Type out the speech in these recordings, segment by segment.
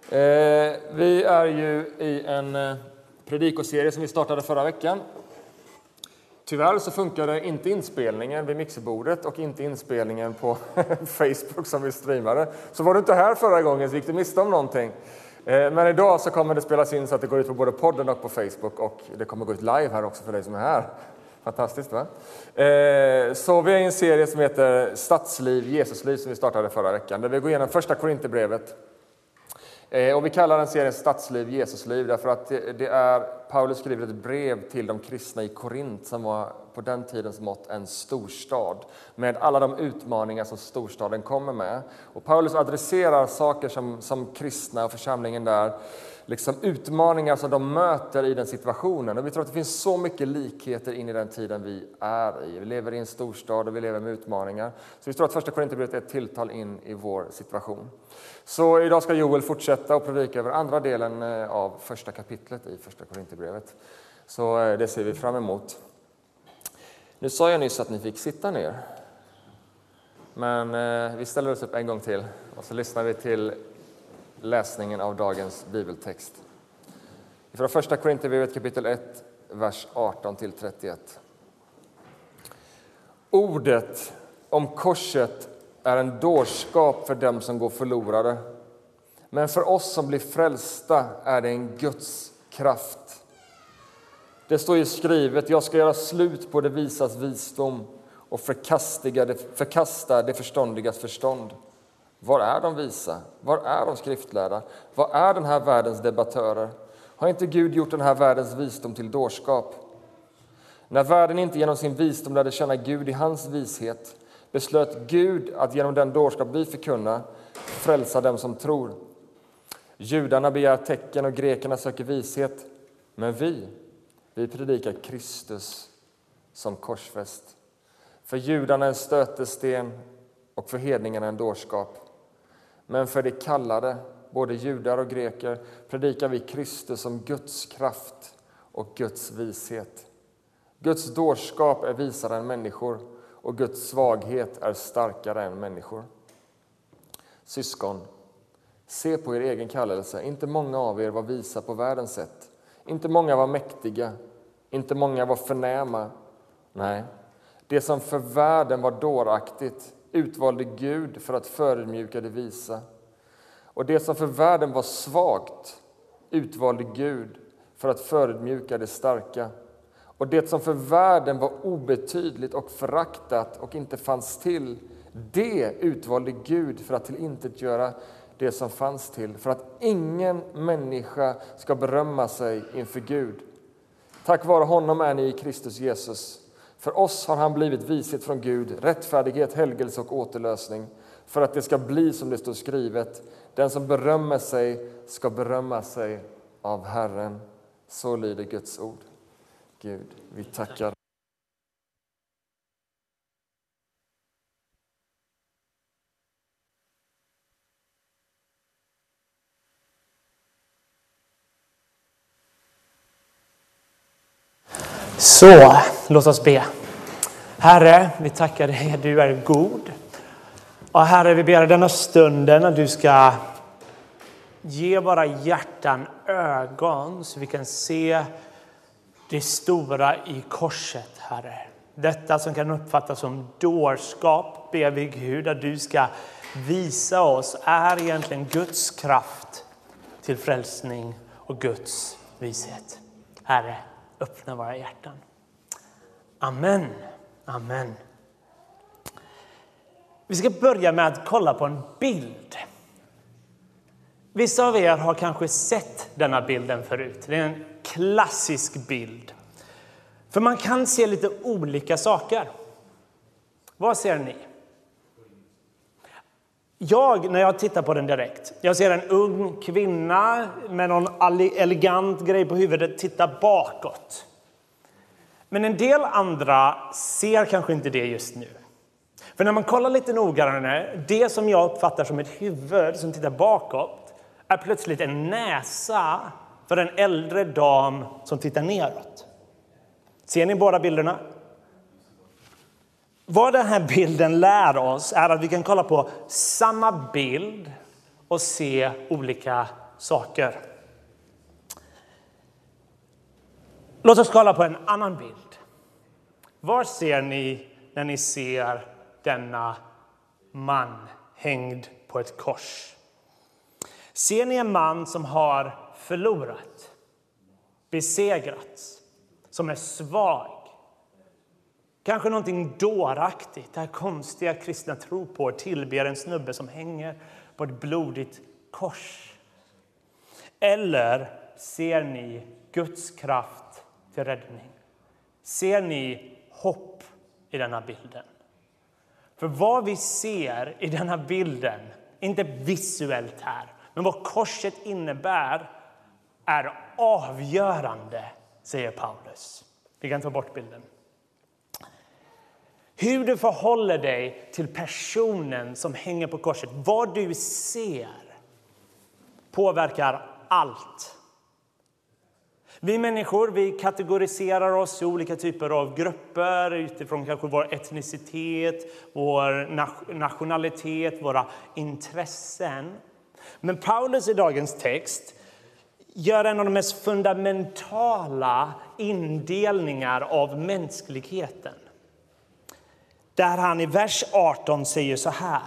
Vi är ju i en predikoserie som vi startade förra veckan. Tyvärr så funkade inte inspelningen vid mixerbordet och inte inspelningen på Facebook som vi streamade. Så var du inte här förra gången så gick du miste om någonting. Men idag så kommer det spelas in så att det går ut på både podden och på Facebook. Och det kommer gå ut live här också för dig som är här. Fantastiskt, va? Så vi är i en serie som heter Stadsliv, Jesusliv som vi startade förra veckan. Där vi går igenom första Korinthierbrevet. Och vi kallar den serien Stadsliv, Jesusliv därför att det är Paulus skriver ett brev till de kristna i Korint som var på den tidens mått en storstad med alla de utmaningar som storstaden kommer med. Och Paulus adresserar saker som kristna och församlingen där, liksom utmaningar som de möter i den situationen. Och vi tror att det finns så mycket likheter in i den tiden vi är i. Vi lever i en storstad och vi lever med utmaningar. Så vi tror att första Korinthierbrevet är ett tilltal in i vår situation. Så idag ska Joel fortsätta och predika över andra delen av första kapitlet i första Korinthierbrevet. Så det ser vi fram emot. Nu sa jag nyss att ni fick sitta ner. Men vi ställer oss upp en gång till och så lyssnar vi till läsningen av dagens bibeltext. Från första Korinthierbrevet kapitel 1, vers 18-31. Ordet om korset är en dårskap för dem som går förlorade. Men för oss som blir frälsta är det en Guds kraft. Det står ju skrivet, jag ska göra slut på det visas visdom och förkasta det förståndigas förstånd. Var är de visa? Var är de skriftlärda? Var är den här världens debattörer? Har inte Gud gjort den här världens visdom till dårskap? När världen inte genom sin visdom lärde känna Gud i hans vishet beslöt Gud att genom den dårskap vi förkunna frälsa dem som tror. Judarna begär tecken och grekerna söker vishet. Men vi predikar Kristus som korsfäst. För judarna en stötesten och för hedningarna en dårskap. Men för de kallade, både judar och greker, predikar vi Kristus som Guds kraft och Guds vishet. Guds dårskap är visare än människor och Guds svaghet är starkare än människor. Syskon, se på er egen kallelse. Inte många av er var visa på världens sätt. Inte många var mäktiga. Inte många var förnäma. Nej, det som för världen var dåraktigt utvalde Gud för att förödmjuka det visa. Och det som för världen var svagt utvalde Gud för att förödmjuka det starka. Och det som för världen var obetydligt och föraktat och inte fanns till, det utvalde Gud för att tillintetgöra det som fanns till. För att ingen människa ska berömma sig inför Gud. Tack vare honom är ni i Kristus Jesus. För oss har han blivit vishet från Gud, rättfärdighet, helgelse och återlösning. För att det ska bli som det står skrivet. Den som berömmer sig ska berömma sig av Herren. Så lyder Guds ord. Gud, vi tackar. Så, låt oss be. Herre, vi tackar dig att du är god. Och Herre, vi ber denna stunden att du ska ge våra hjärtan ögon så vi kan se det stora i korset, Herre. Detta som kan uppfattas som dårskap ber vi Gud att du ska visa oss är egentligen Guds kraft till frälsning och Guds vishet. Herre, öppna våra hjärtan. Amen. Amen. Vi ska börja med att kolla på en bild. Vissa av er har kanske sett denna bilden förut. Det är en klassisk bild. För man kan se lite olika saker. Vad ser ni? När jag tittar på den direkt. Jag ser en ung kvinna med någon elegant grej på huvudet titta bakåt. Men en del andra ser kanske inte det just nu. För när man kollar lite noggrannare, det som jag uppfattar som ett huvud som tittar bakåt är plötsligt en näsa för en äldre dam som tittar neråt. Ser ni båda bilderna? Vad den här bilden lär oss är att vi kan kolla på samma bild och se olika saker. Låt oss kolla på en annan bild. Vad ser ni när ni ser denna man hängd på ett kors? Ser ni en man som har förlorat, besegrats, som är svag? Kanske någonting dåraktigt, det här konstiga kristna tro på och tillber en snubbe som hänger på ett blodigt kors. Eller ser ni Guds kraft till räddning? Ser ni hopp i denna bilden? För vad vi ser i denna bilden, inte visuellt här, men vad korset innebär är avgörande, säger Paulus. Vi kan ta bort bilden. Hur du förhåller dig till personen som hänger på korset, vad du ser, påverkar allt. Vi människor, vi kategoriserar oss i olika typer av grupper utifrån kanske vår etnicitet, vår nationalitet, våra intressen. Men Paulus i dagens text gör en av de mest fundamentala indelningar av mänskligheten. Där han i vers 18 säger så här: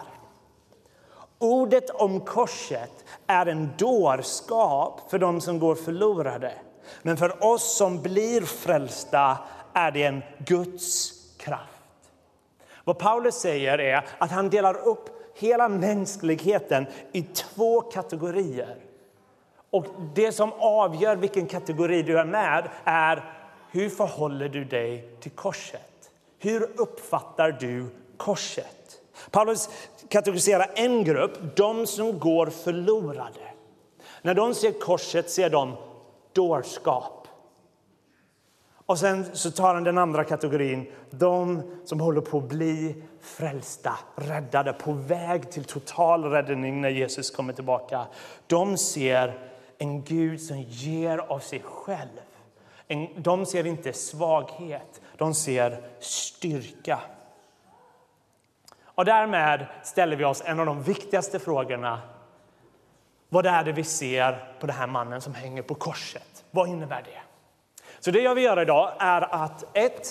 ordet om korset är en dårskap för de som går förlorade. Men för oss som blir frälsta är det en Guds kraft. Vad Paulus säger är att han delar upp hela mänskligheten i två kategorier. Och det som avgör vilken kategori du är med är: hur förhåller du dig till korset? Hur uppfattar du korset? Paulus kategoriserar en grupp, de som går förlorade. När de ser korset ser de dårskap. Och sen så tar han den andra kategorin, de som håller på att bli frälsta, räddade, på väg till total räddning när Jesus kommer tillbaka. De ser en Gud som ger av sig själv. De ser inte svaghet, de ser styrka. Och därmed ställer vi oss en av de viktigaste frågorna. Vad är det vi ser på den här mannen som hänger på korset? Vad innebär det? Så det jag vill göra idag är att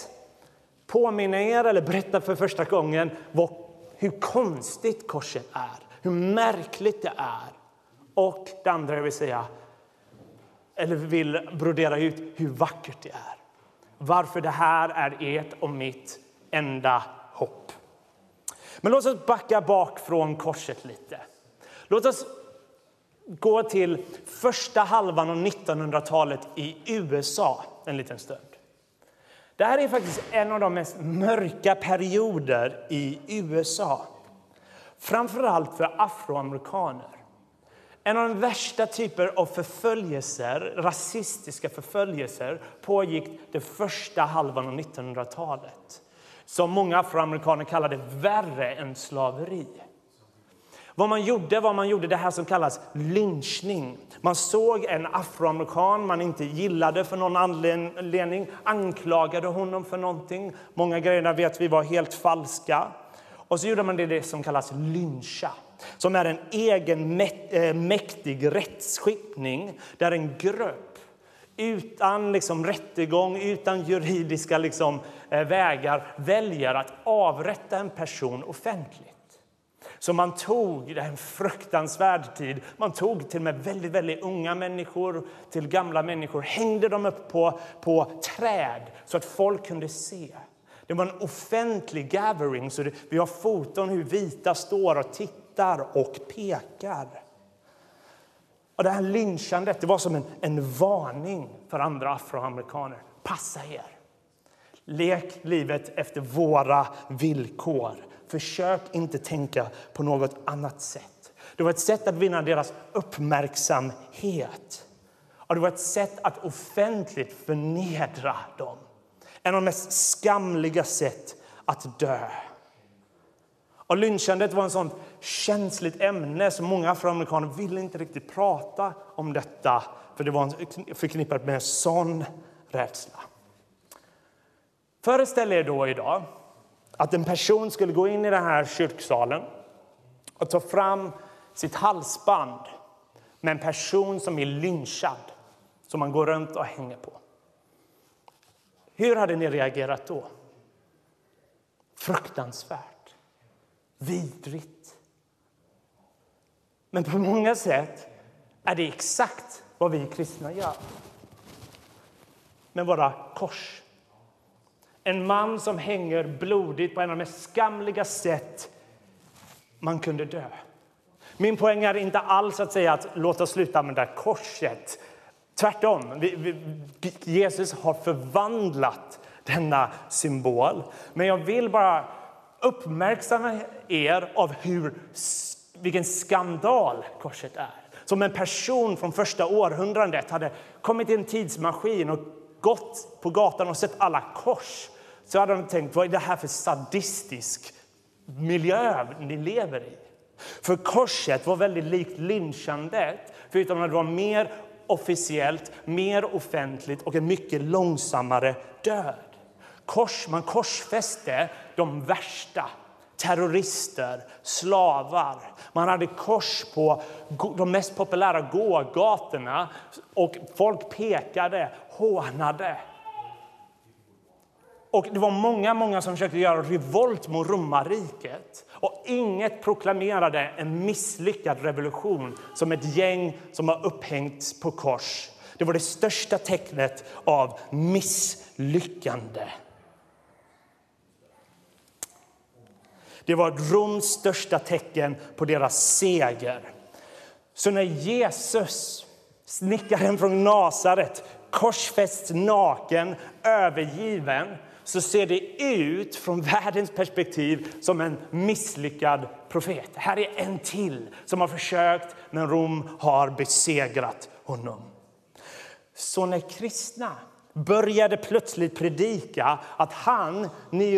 påminna er eller berätta för första gången hur konstigt korset är. Hur märkligt det är. Och det andra jag vill säga, eller vill brodera ut, hur vackert det är. Varför det här är ert och mitt enda hopp. Men låt oss backa bak från korset lite. Låt oss gå till första halvan av 1900-talet i USA en liten stund. Det här är faktiskt en av de mest mörka perioder i USA. Framförallt för afroamerikaner. En av de värsta typer av förföljelser, rasistiska förföljelser, pågick det första halvan av 1900-talet. Som många afroamerikaner kallade värre än slaveri. Vad man gjorde det här som kallas lynchning. Man såg en afroamerikan man inte gillade för någon anledning, anklagade honom för någonting. Många grejer vet vi var helt falska. Och så gjorde man det som kallas lyncha. Som är en egen mäktig rättsskipning där en grupp utan rättegång, utan juridiska vägar väljer att avrätta en person offentligt. Så man tog en fruktansvärd tid. Man tog till och med väldigt, väldigt unga människor till gamla människor. Hängde dem upp på träd så att folk kunde se. Det var en offentlig gathering. Så vi har foton hur vita står och tittar och pekar. Och det här lynchandet, det var som en varning för andra afroamerikaner. Passa er. Lek livet efter våra villkor. Försök inte tänka på något annat sätt. Det var ett sätt att vinna deras uppmärksamhet. Och det var ett sätt att offentligt förnedra dem. En av de mest skamliga sätt att dö. Och lynchandet var en sån känsligt ämne som många afroamerikaner ville inte riktigt prata om detta. För det var förknippat med en sån rädsla. Föreställ er då idag att en person skulle gå in i den här kyrksalen och ta fram sitt halsband med en person som är lynchad, som man går runt och hänger på. Hur hade ni reagerat då? Fruktansvärt. Vidrigt. Men på många sätt är det exakt vad vi kristna gör. Med våra kors. En man som hänger blodigt på en av de mest skamliga sätt man kunde dö. Min poäng är inte alls att säga att låt oss sluta med det där korset. Tvärtom, Jesus har förvandlat denna symbol. Men jag vill bara uppmärksamma er av vilken skandal korset är. Som en person från första århundradet hade kommit i en tidsmaskin och gått på gatan och sett alla kors. Så hade de tänkt, vad är det här för sadistisk miljö ni lever i? För korset var väldigt likt lynchandet, förutom att det var mer officiellt, mer offentligt och en mycket långsammare död. Man korsfäste de värsta, terrorister, slavar. Man hade kors på de mest populära gågatorna och folk pekade, hånade. Och det var många som försökte göra revolt mot romarriket. Och inget proklamerade en misslyckad revolution som ett gäng som har upphängts på kors. Det var det största tecknet av misslyckande. Det var Roms största tecken på deras seger. Så när Jesus, snickaren från Nasaret, korsfästs naken, övergiven, så ser det ut från världens perspektiv som en misslyckad profet. Här är en till som har försökt, men Rom har besegrat honom. Så när kristna började plötsligt predika att han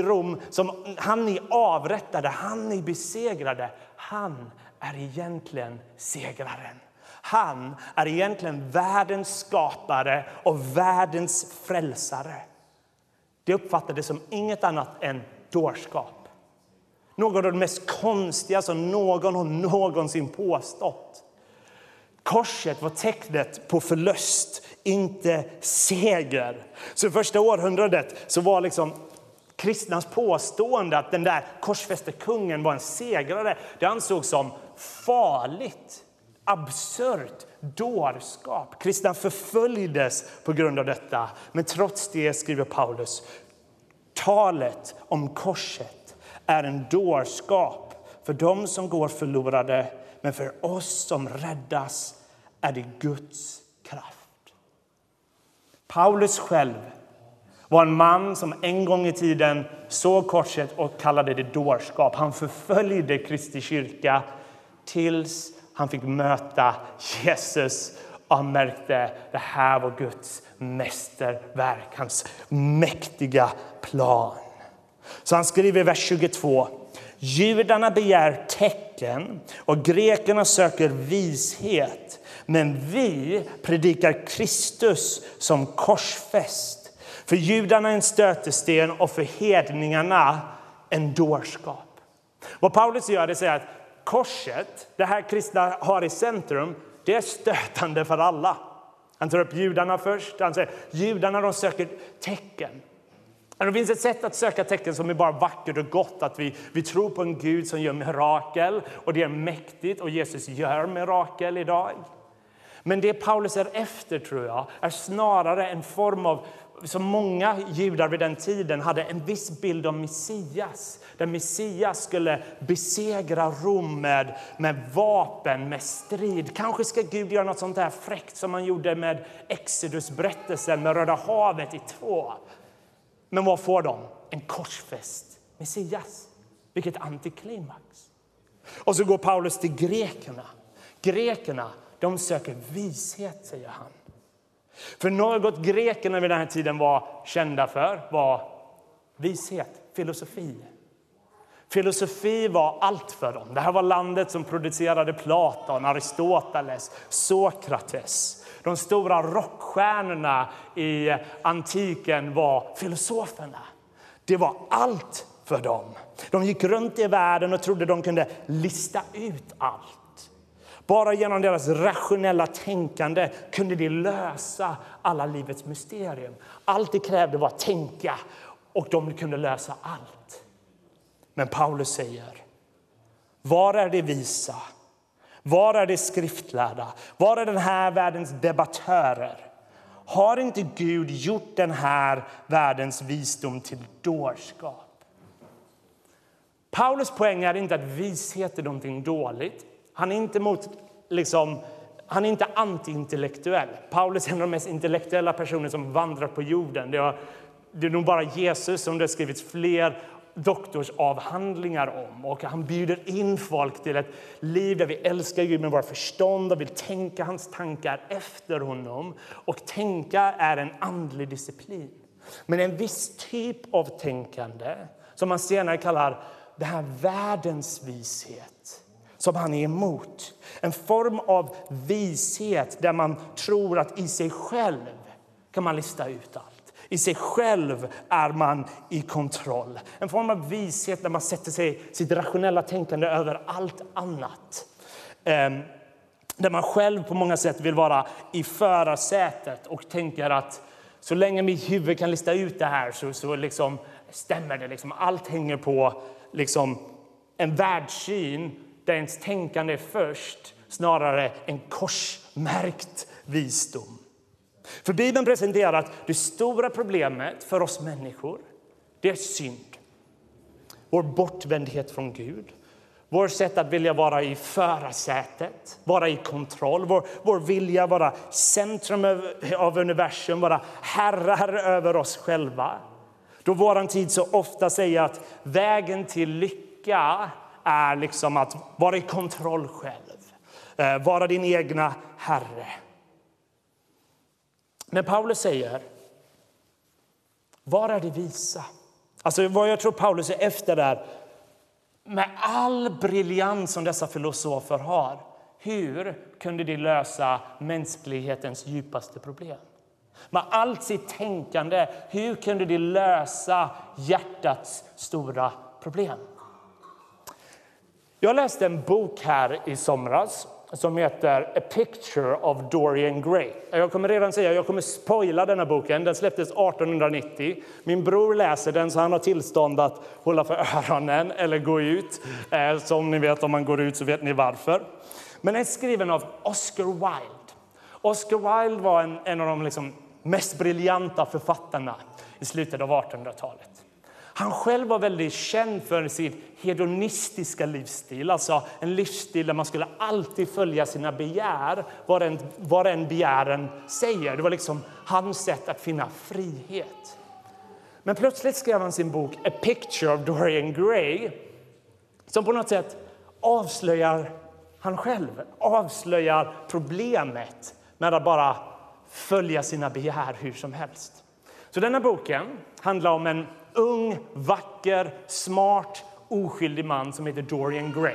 ni avrättade, han ni besegrade, han är egentligen segraren. Han är egentligen världens skapare och världens frälsare. Det uppfattades som inget annat än dårskap. Något av det mest konstiga som någon har någonsin påstått. Korset var tecknet på förlust, inte seger. Så i första århundradet så var kristnas påstående att den där korsfäste kungen var en segrare, det ansågs som farligt, absurt, dårskap. Kristna förföljdes på grund av detta. Men trots det, skriver Paulus, talet om korset är en dårskap för dem som går förlorade, men för oss som räddas är det Guds kraft. Paulus själv var en man som en gång i tiden såg korset och kallade det dårskap. Han förföljde Kristi kyrka tills han fick möta Jesus och han märkte det här var Guds mästerverk, hans mäktiga plan. Så han skriver i vers 22: judarna begär tecken och grekerna söker vishet, men vi predikar Kristus som korsfäst. För judarna en stötesten och för hedningarna en dårskap. Vad Paulus gör är att säga att korset, det här kristna har i centrum, det är stötande för alla. Han tar upp judarna först. Han säger judarna de söker tecken. Det finns ett sätt att söka tecken som är bara vackert och gott. Att vi tror på en Gud som gör mirakel. Och det är mäktigt. Och Jesus gör mirakel idag. Men det Paulus är efter, tror jag, är snarare en form av, som många judar vid den tiden hade en viss bild av Messias. Där Messias skulle besegra Rom med vapen, med strid. Kanske ska Gud göra något sånt här fräckt som man gjorde med Exodus-berättelsen med Röda havet i 2. Men vad får de? En korsfäst Messias. Vilket antiklimax. Och så går Paulus till grekerna. Grekerna, de söker vishet, säger han. För något grekerna vid den här tiden var kända för var vishet, filosofi. Filosofi var allt för dem. Det här var landet som producerade Platon, Aristoteles, Sokrates. De stora rockstjärnorna i antiken var filosoferna. Det var allt för dem. De gick runt i världen och trodde de kunde lista ut allt. Bara genom deras rationella tänkande kunde de lösa alla livets mysterium. Allt det krävde var att tänka och de kunde lösa allt. Men Paulus säger, var är det visa? Var är det skriftlärda? Var är den här världens debattörer? Har inte Gud gjort den här världens visdom till dårskap? Paulus poäng är inte att vishet är någonting dåligt. Han är inte anti-intellektuell. Paulus är en av de mest intellektuella personer som vandrar på jorden. Det är nog bara Jesus som det har skrivits fler doktorsavhandlingar om. Och han bjuder in folk till ett liv där vi älskar Gud med våra förstånd och vill tänka hans tankar efter honom. Och tänka är en andlig disciplin. Men en viss typ av tänkande som man senare kallar det här världens vishet, som han är emot. En form av vishet där man tror att i sig själv kan man lista ut allt. I sig själv är man i kontroll. En form av vishet där man sätter sitt rationella tänkande över allt annat. Där man själv på många sätt vill vara i förarsätet och tänker att så länge mitt huvud kan lista ut det här så liksom stämmer det. Liksom. Allt hänger på liksom en världssyn där ens tänkande är först snarare en korsmärkt visdom. För Bibeln presenterar att det stora problemet för oss människor, det är synd. Vår bortvändhet från Gud. Vår sätt att vilja vara i förarsätet, vara i kontroll. Vår vilja vara centrum av universum, vara herrar över oss själva. Då våran tid så ofta säger att vägen till lycka är liksom att vara i kontroll själv. Vara din egna herre. Men Paulus säger, var är det visa? Alltså vad jag tror Paulus är efter där, med all briljans som dessa filosofer har, hur kunde de lösa mänsklighetens djupaste problem? Med allt sitt tänkande, hur kunde de lösa hjärtats stora problem? Jag läste en bok här i somras som heter A Picture of Dorian Gray. Jag kommer redan säga, jag kommer spoila denna boken. Den släpptes 1890. Min bror läser den så han har tillstånd att hålla för öronen eller gå ut. Som ni vet, om man går ut så vet ni varför. Men den är skriven av Oscar Wilde. Oscar Wilde var en av de liksom mest briljanta författarna i slutet av 1800-talet. Han själv var väldigt känd för sin hedonistiska livsstil. Alltså en livsstil där man skulle alltid följa sina begär. Vad en begären säger. Det var liksom hans sätt att finna frihet. Men plötsligt skrev han sin bok A Picture of Dorian Gray. Som på något sätt avslöjar han själv. Avslöjar problemet med att bara följa sina begär hur som helst. Så denna boken handlar om en ung, vacker, smart, oskyldig man som heter Dorian Gray.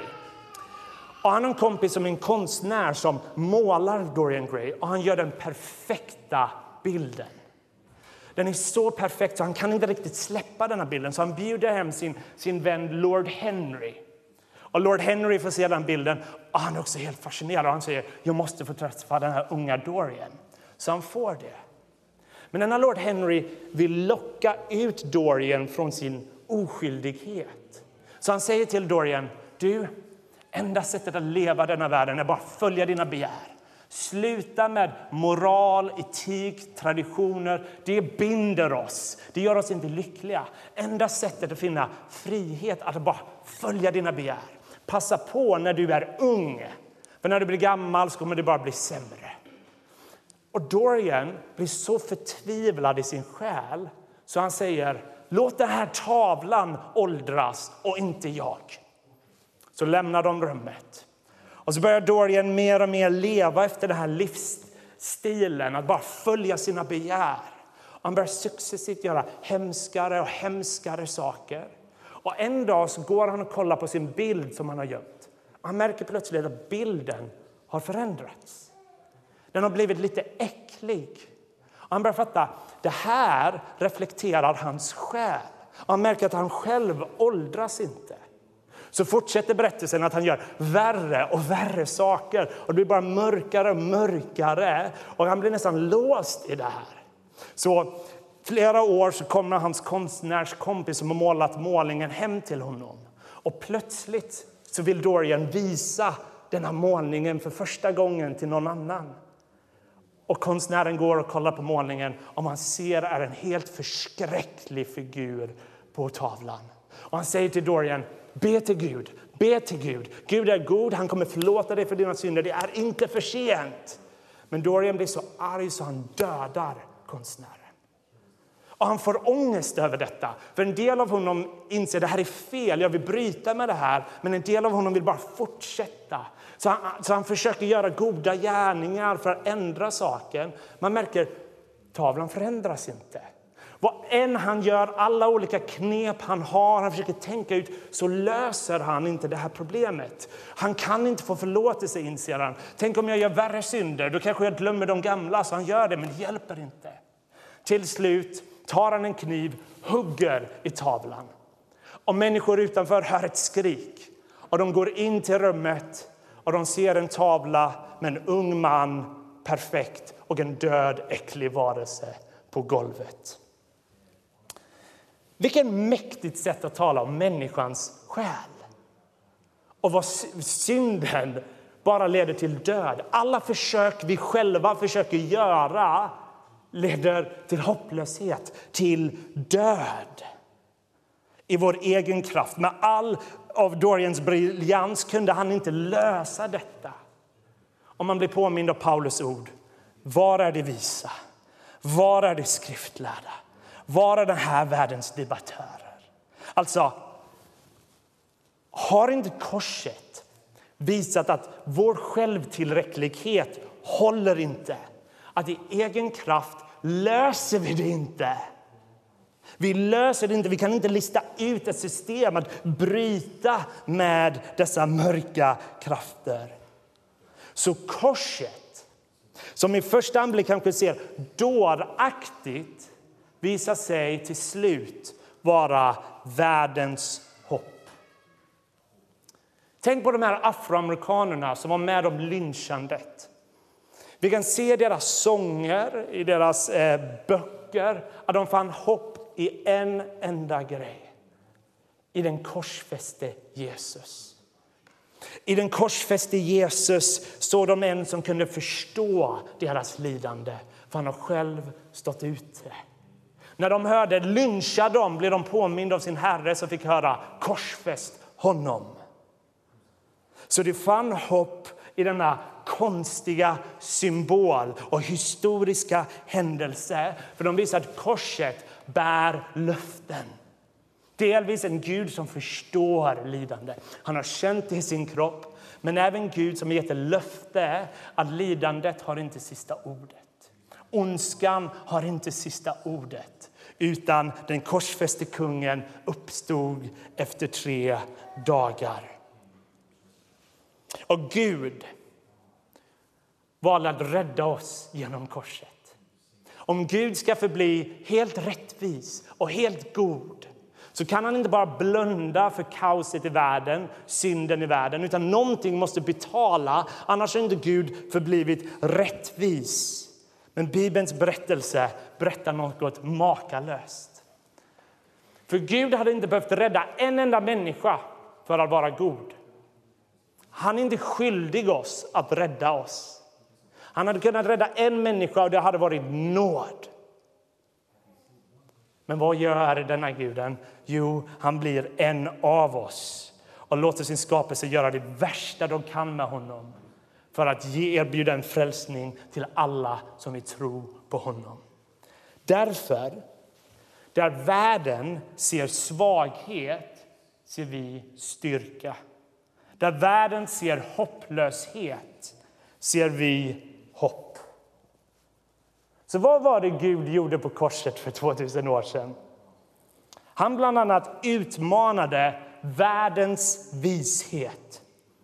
Och han har en kompis som är en konstnär som målar Dorian Gray. Och han gör den perfekta bilden. Den är så perfekt så han kan inte riktigt släppa denna bilden. Så han bjuder hem sin vän Lord Henry. Och Lord Henry får se den bilden. Och han är också helt fascinerad. Och han säger, jag måste få träffa den här unga Dorian. Så han får det. Men när Lord Henry vill locka ut Dorian från sin oskyldighet. Så han säger till Dorian, du, enda sättet att leva denna världen är bara att följa dina begär. Sluta med moral, etik, traditioner. Det binder oss. Det gör oss inte lyckliga. Enda sättet att finna frihet är att bara följa dina begär. Passa på när du är ung. För när du blir gammal så kommer det bara bli sämre. Och Dorian blir så förtvivlad i sin själ så han säger, låt den här tavlan åldras och inte jag. Så lämnar de rummet. Och så börjar Dorian mer och mer leva efter den här livsstilen. Att bara följa sina begär. Och han börjar successivt göra hemskare och hemskare saker. Och en dag så går han och kollar på sin bild som han har gömt. Och han märker plötsligt att bilden har förändrats. Den har blivit lite äcklig. Och han börjar fatta, det här reflekterar hans själ. Och han märker att han själv åldras inte. så fortsätter berättelsen att han gör värre och värre saker. Och det blir bara mörkare och mörkare. Och han blir nästan låst i det här. Så flera år så kommer hans konstnärskompis som har målat målningen hem till honom. Och plötsligt så vill Dorian visa den här målningen för första gången till någon annan. Och konstnären går och kollar på målningen. Och man ser är en helt förskräcklig figur på tavlan. Och han säger till Dorian, be till Gud, be till Gud. Gud är god, han kommer förlåta dig för dina synder. Det är inte för sent. Men Dorian blir så arg så han dödar konstnären. Och han får ångest över detta. För en del av honom inser att det här är fel. Jag vill bryta med det här. Men en del av honom vill bara fortsätta. Så han försöker göra goda gärningar för att ändra saken. Man märker tavlan förändras inte. Vad än han gör, alla olika knep han har, han försöker tänka ut, så löser han inte det här problemet. Han kan inte få förlåtelse, inser han. Tänk om jag gör värre synder, då kanske jag glömmer de gamla. Så han gör det, men det hjälper inte. Till slut tar han en kniv, hugger i tavlan. Och människor utanför hör ett skrik. Och de går in till rummet och de ser en tavla med en ung man, perfekt, och en död, äcklig varelse på golvet. Vilken mäktigt sätt att tala om människans själ. Och vad synden bara leder till död. Alla försök vi själva försöker göra leder till hopplöshet, till död. I vår egen kraft. Med all av Dorians briljans kunde han inte lösa detta. Om man blir påmind av Paulus ord. Var är det visa? Var är det skriftlärda? Var är den här världens debattörer? Alltså, har inte korset visat att vår självtillräcklighet håller inte? Att i egen kraft löser vi det inte. Vi löser det inte. Vi kan inte lista ut ett system att bryta med dessa mörka krafter. Så korset, som i första anblick kanske ser dåraktigt, visar sig till slut vara världens hopp. Tänk på de här afroamerikanerna som var med om lynchandet. Vi kan se deras sånger, i deras böcker, att de fann hopp i en enda grej. I den korsfäste Jesus. I den korsfäste Jesus såg de en som kunde förstå deras lidande. För han har själv stått ute. När de hörde lyncha dem blev de påminda av sin Herre som fick höra korsfäst honom. Så det fann hopp i denna konstiga symbol och historiska händelse. För de visar att korset bär löften. Delvis en Gud som förstår lidande. Han har känt det i sin kropp. Men även Gud som har gett ett löfte att lidandet har inte sista ordet. Ondskan har inte sista ordet. Utan den korsfäste kungen uppstod efter 3 dagar. Och Gud valde att rädda oss genom korset. Om Gud ska förbli helt rättvis och helt god, så kan han inte bara blunda för kaoset i världen, synden i världen, utan någonting måste betala, annars är inte Gud förblivit rättvis. Men Bibelns berättelse berättar något makalöst. För Gud hade inte behövt rädda en enda människa för att vara god. Han är inte skyldig oss att rädda oss. Han hade kunnat rädda en människa och det hade varit nåd. Men vad gör denna guden? Jo, han blir en av oss och låter sin skapelse göra det värsta de kan med honom för att erbjuda en frälsning till alla som vill tro på honom. Därför, där världen ser svaghet, ser vi styrka. Där världen ser hopplöshet, ser vi hopp. Så vad var det Gud gjorde på korset för 2000 år sedan? Han bland annat utmanade världens vishet.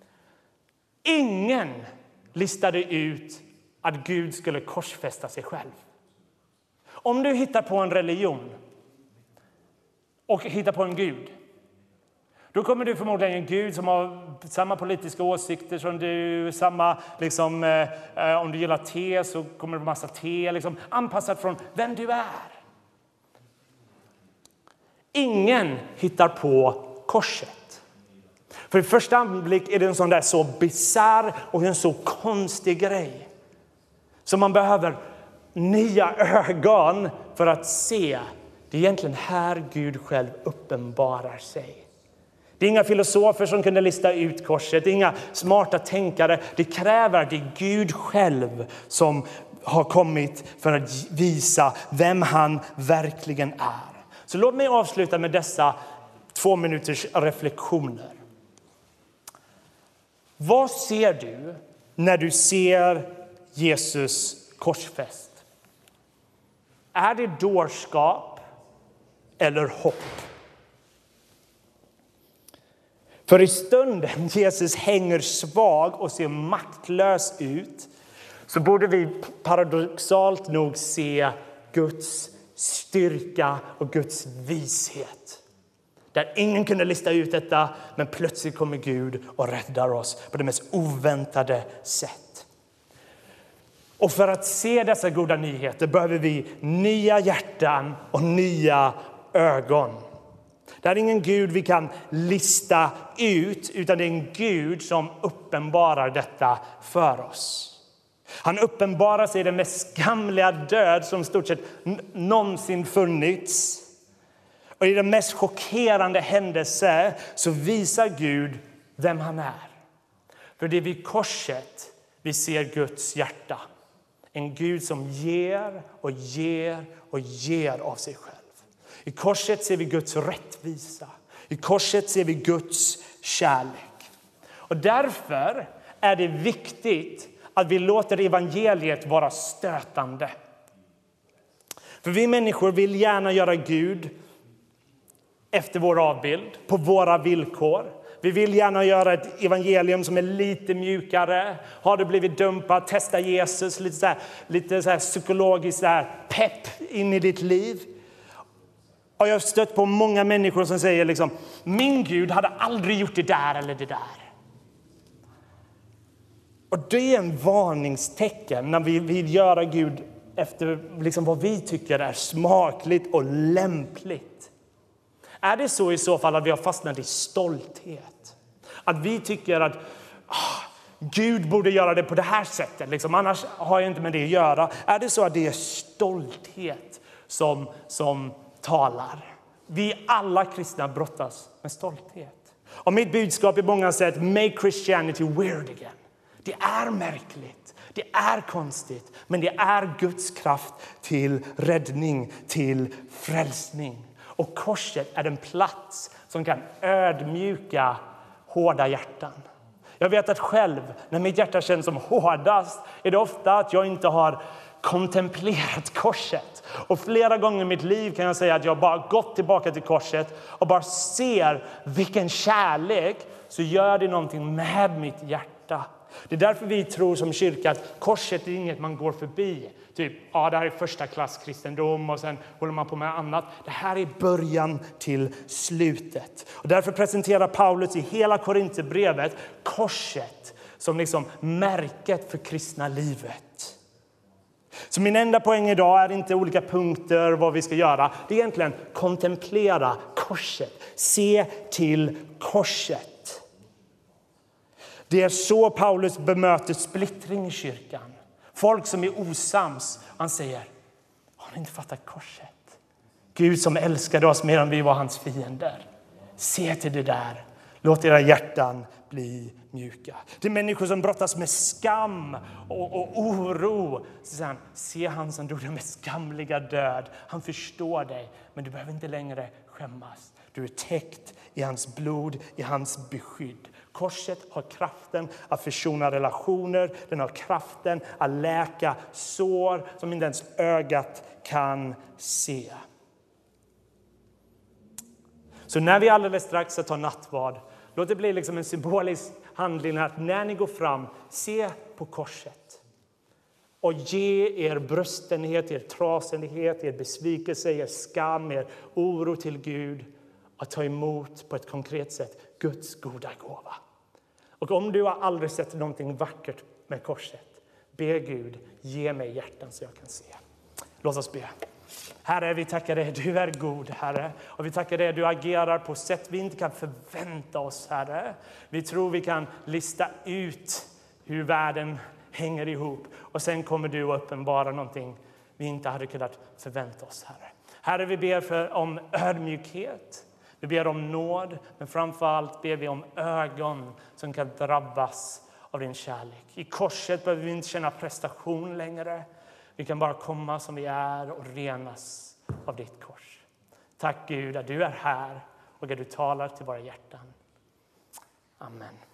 Ingen listade ut att Gud skulle korsfästa sig själv. Om du hittar på en religion och hittar på en Gud, Då kommer du förmodligen en Gud som har samma politiska åsikter som du, samma liksom, om du gillar te så kommer det massa te, liksom, anpassat från vem du är. Ingen hittar på korset. För i första anblick är det en sån där så bizarr och en så konstig grej. Så man behöver nya ögon för att se. Det är egentligen här Gud själv uppenbarar sig. Det är inga filosofer som kunde lista ut korset. Det är inga smarta tänkare. Det kräver att det är Gud själv som har kommit för att visa vem han verkligen är. Så låt mig avsluta med dessa 2 minuters reflektioner. Vad ser du när du ser Jesus korsfäst? Är det dårskap eller hopp? För i stunden Jesus hänger svag och ser maktlös ut så borde vi paradoxalt nog se Guds styrka och Guds vishet. Där ingen kunde lista ut detta, men plötsligt kommer Gud och räddar oss på det mest oväntade sätt. Och för att se dessa goda nyheter behöver vi nya hjärtan och nya ögon. Det är ingen Gud vi kan lista ut, utan det är en Gud som uppenbarar detta för oss. Han uppenbarar sig i den mest skamliga död som stort sett någonsin funnits. Och i den mest chockerande händelse så visar Gud vem han är. För det är vid korset vi ser Guds hjärta. En Gud som ger och ger och ger av sig själv. I korset ser vi Guds rättvisa. I korset ser vi Guds kärlek. Och därför är det viktigt att vi låter evangeliet vara stötande. För vi människor vill gärna göra Gud efter vår avbild, på våra villkor. Vi vill gärna göra ett evangelium som är lite mjukare. Har du blivit dumpad, testa Jesus. Lite så här psykologiskt så här pepp in i ditt liv. Och jag har stött på många människor som säger liksom, min Gud hade aldrig gjort det där eller det där. Och det är en varningstecken när vi vill göra Gud efter liksom vad vi tycker är smakligt och lämpligt. Är det så i så fall att vi har fastnat i stolthet? Att vi tycker att Gud borde göra det på det här sättet. Liksom, annars har jag inte med det att göra. Är det så att det är stolthet som talar? Vi alla kristna brottas med stolthet. Och mitt budskap är på många sätt, make Christianity weird again. Det är märkligt, det är konstigt, men det är Guds kraft till räddning, till frälsning. Och korset är en plats som kan ödmjuka hårda hjärtan. Jag vet att själv, när mitt hjärta känns som hårdast, är det ofta att jag inte har kontemplerat korset. Och flera gånger i mitt liv kan jag säga att jag bara gått tillbaka till korset och bara ser vilken kärlek, så gör det någonting med mitt hjärta. Det är därför vi tror som kyrka att korset är inget man går förbi. Typ, det här är första klass kristendom och sen håller man på med annat. Det här är början till slutet. Och därför presenterar Paulus i hela Korinthierbrevet korset som liksom märket för kristna livet. Så min enda poäng idag är inte olika punkter vad vi ska göra. Det är egentligen kontemplera korset. Se till korset. Det är så Paulus bemöter splittring i kyrkan. Folk som är osams. Han säger, har ni inte fattat korset? Gud som älskade oss mer än vi var hans fiender. Se till det där. Låt era hjärtan bli mjuka. Det är människor som brottas med skam och oro. Så säger han, se han som dog den mest skamliga död. Han förstår dig, men du behöver inte längre skämmas. Du är täckt i hans blod, i hans beskydd. Korset har kraften att försona relationer. Den har kraften att läka sår som inte ens ögat kan se. Så när vi alldeles strax ska ta nattvard, låt det bli liksom en symbolisk handling att när ni går fram, se på korset. Och ge er bröstenhet, er trasenlighet, er besvikelse, er skam, er oro till Gud. att ta emot på ett konkret sätt Guds goda gåva. Och om du har aldrig sett någonting vackert med korset, be Gud, ge mig hjärtan så jag kan se. Låt oss be. Herre, vi tackar dig, du är god, Herre. Och vi tackar dig, du agerar på sätt vi inte kan förvänta oss, Herre. Vi tror vi kan lista ut hur världen hänger ihop. Och sen kommer du att uppenbara någonting vi inte hade kunnat förvänta oss, Herre. Herre, vi ber om ödmjukhet. Vi ber om nåd, men framförallt ber vi om ögon som kan drabbas av din kärlek. I korset behöver vi inte känna prestation längre. Vi kan bara komma som vi är och renas av ditt kors. Tack Gud att du är här och att du talar till våra hjärtan. Amen.